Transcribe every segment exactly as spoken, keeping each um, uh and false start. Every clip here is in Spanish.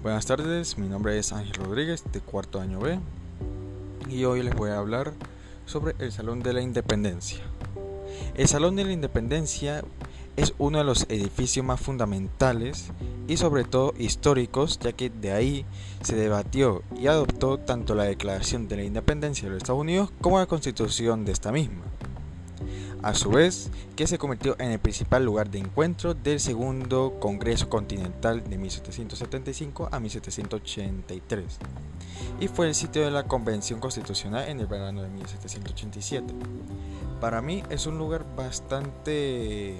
Buenas tardes, mi nombre es Ángel Rodríguez de cuarto año B y hoy les voy a hablar sobre el Salón de la Independencia. El Salón de la Independencia es uno de los edificios más fundamentales y sobre todo históricos, ya que de ahí se debatió y adoptó tanto la Declaración de la Independencia de los Estados Unidos como la Constitución de esta misma. A su vez, que se convirtió en el principal lugar de encuentro del Segundo Congreso Continental de mil setecientos setenta y cinco a mil setecientos ochenta y tres y fue el sitio de la Convención Constitucional en el verano de mil setecientos ochenta y siete. Para mí es un lugar bastante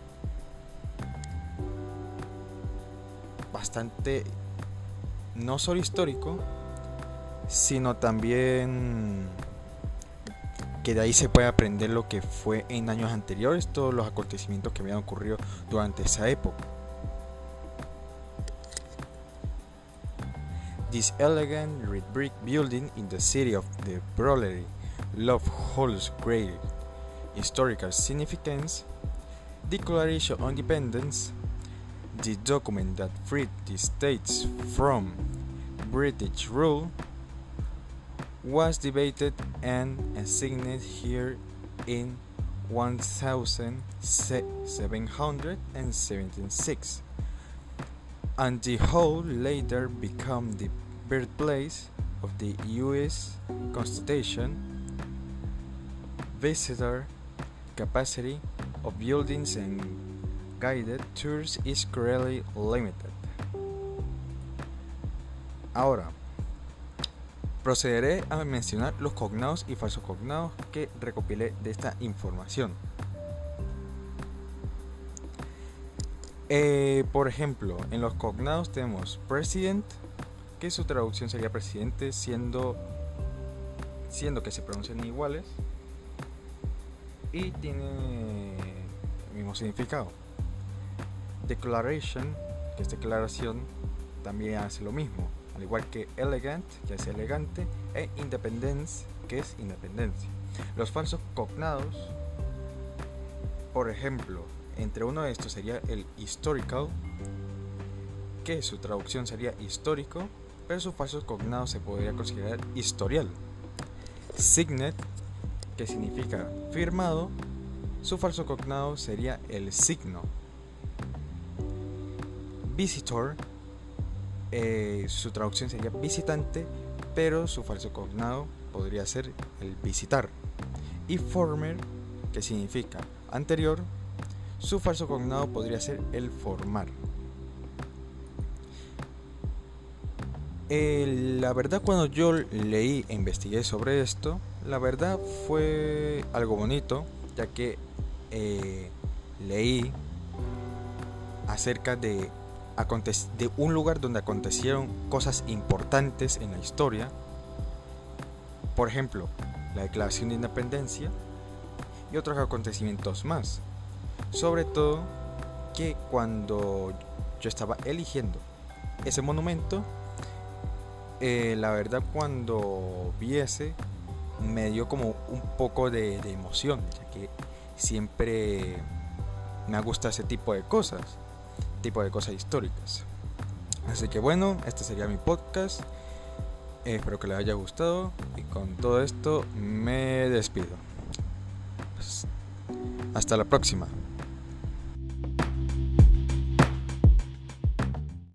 bastante no solo histórico, sino también que de ahí se puede aprender lo que fue en años anteriores, todos los acontecimientos que habían ocurrido durante esa época. This elegant red brick building in the city of the Brewery Love holds great historical significance. Declaration of Independence, the document that freed the states from British rule, was debated and signed here in seventeen seventy-six, and the hall later became the birthplace of the U S Constitution. Visitor capacity of buildings and guided tours is currently limited. Ahora, procederé a mencionar los cognados y falsos cognados que recopilé de esta información. Eh, por ejemplo, en los cognados tenemos president, que su traducción sería presidente, siendo, siendo que se pronuncian iguales y tiene el mismo significado. Declaration, que es declaración, también hace lo mismo, al igual que elegant, que es elegante, e independence, que es independencia. Los falsos cognados, por ejemplo, entre uno de estos sería el historical, que su traducción sería histórico, pero su falso cognado se podría considerar historial. Signet, que significa firmado, su falso cognado sería el signo. Visitor, Eh, su traducción sería visitante, pero su falso cognado podría ser el visitar. Y former, que significa anterior, su falso cognado podría ser el formar. Eh, la verdad, cuando yo leí e investigué sobre esto, la verdad fue algo bonito, ya que eh, leí acerca de de un lugar donde acontecieron cosas importantes en la historia, por ejemplo, la Declaración de Independencia y otros acontecimientos más. Sobre todo que cuando yo estaba eligiendo ese monumento, eh, la verdad cuando vi ese me dio como un poco de, de emoción, ya que siempre me gusta ese tipo de cosas. tipo de cosas históricas. Así que bueno, este sería mi podcast. Eh, espero que les haya gustado y con todo esto me despido. Pues, hasta la próxima.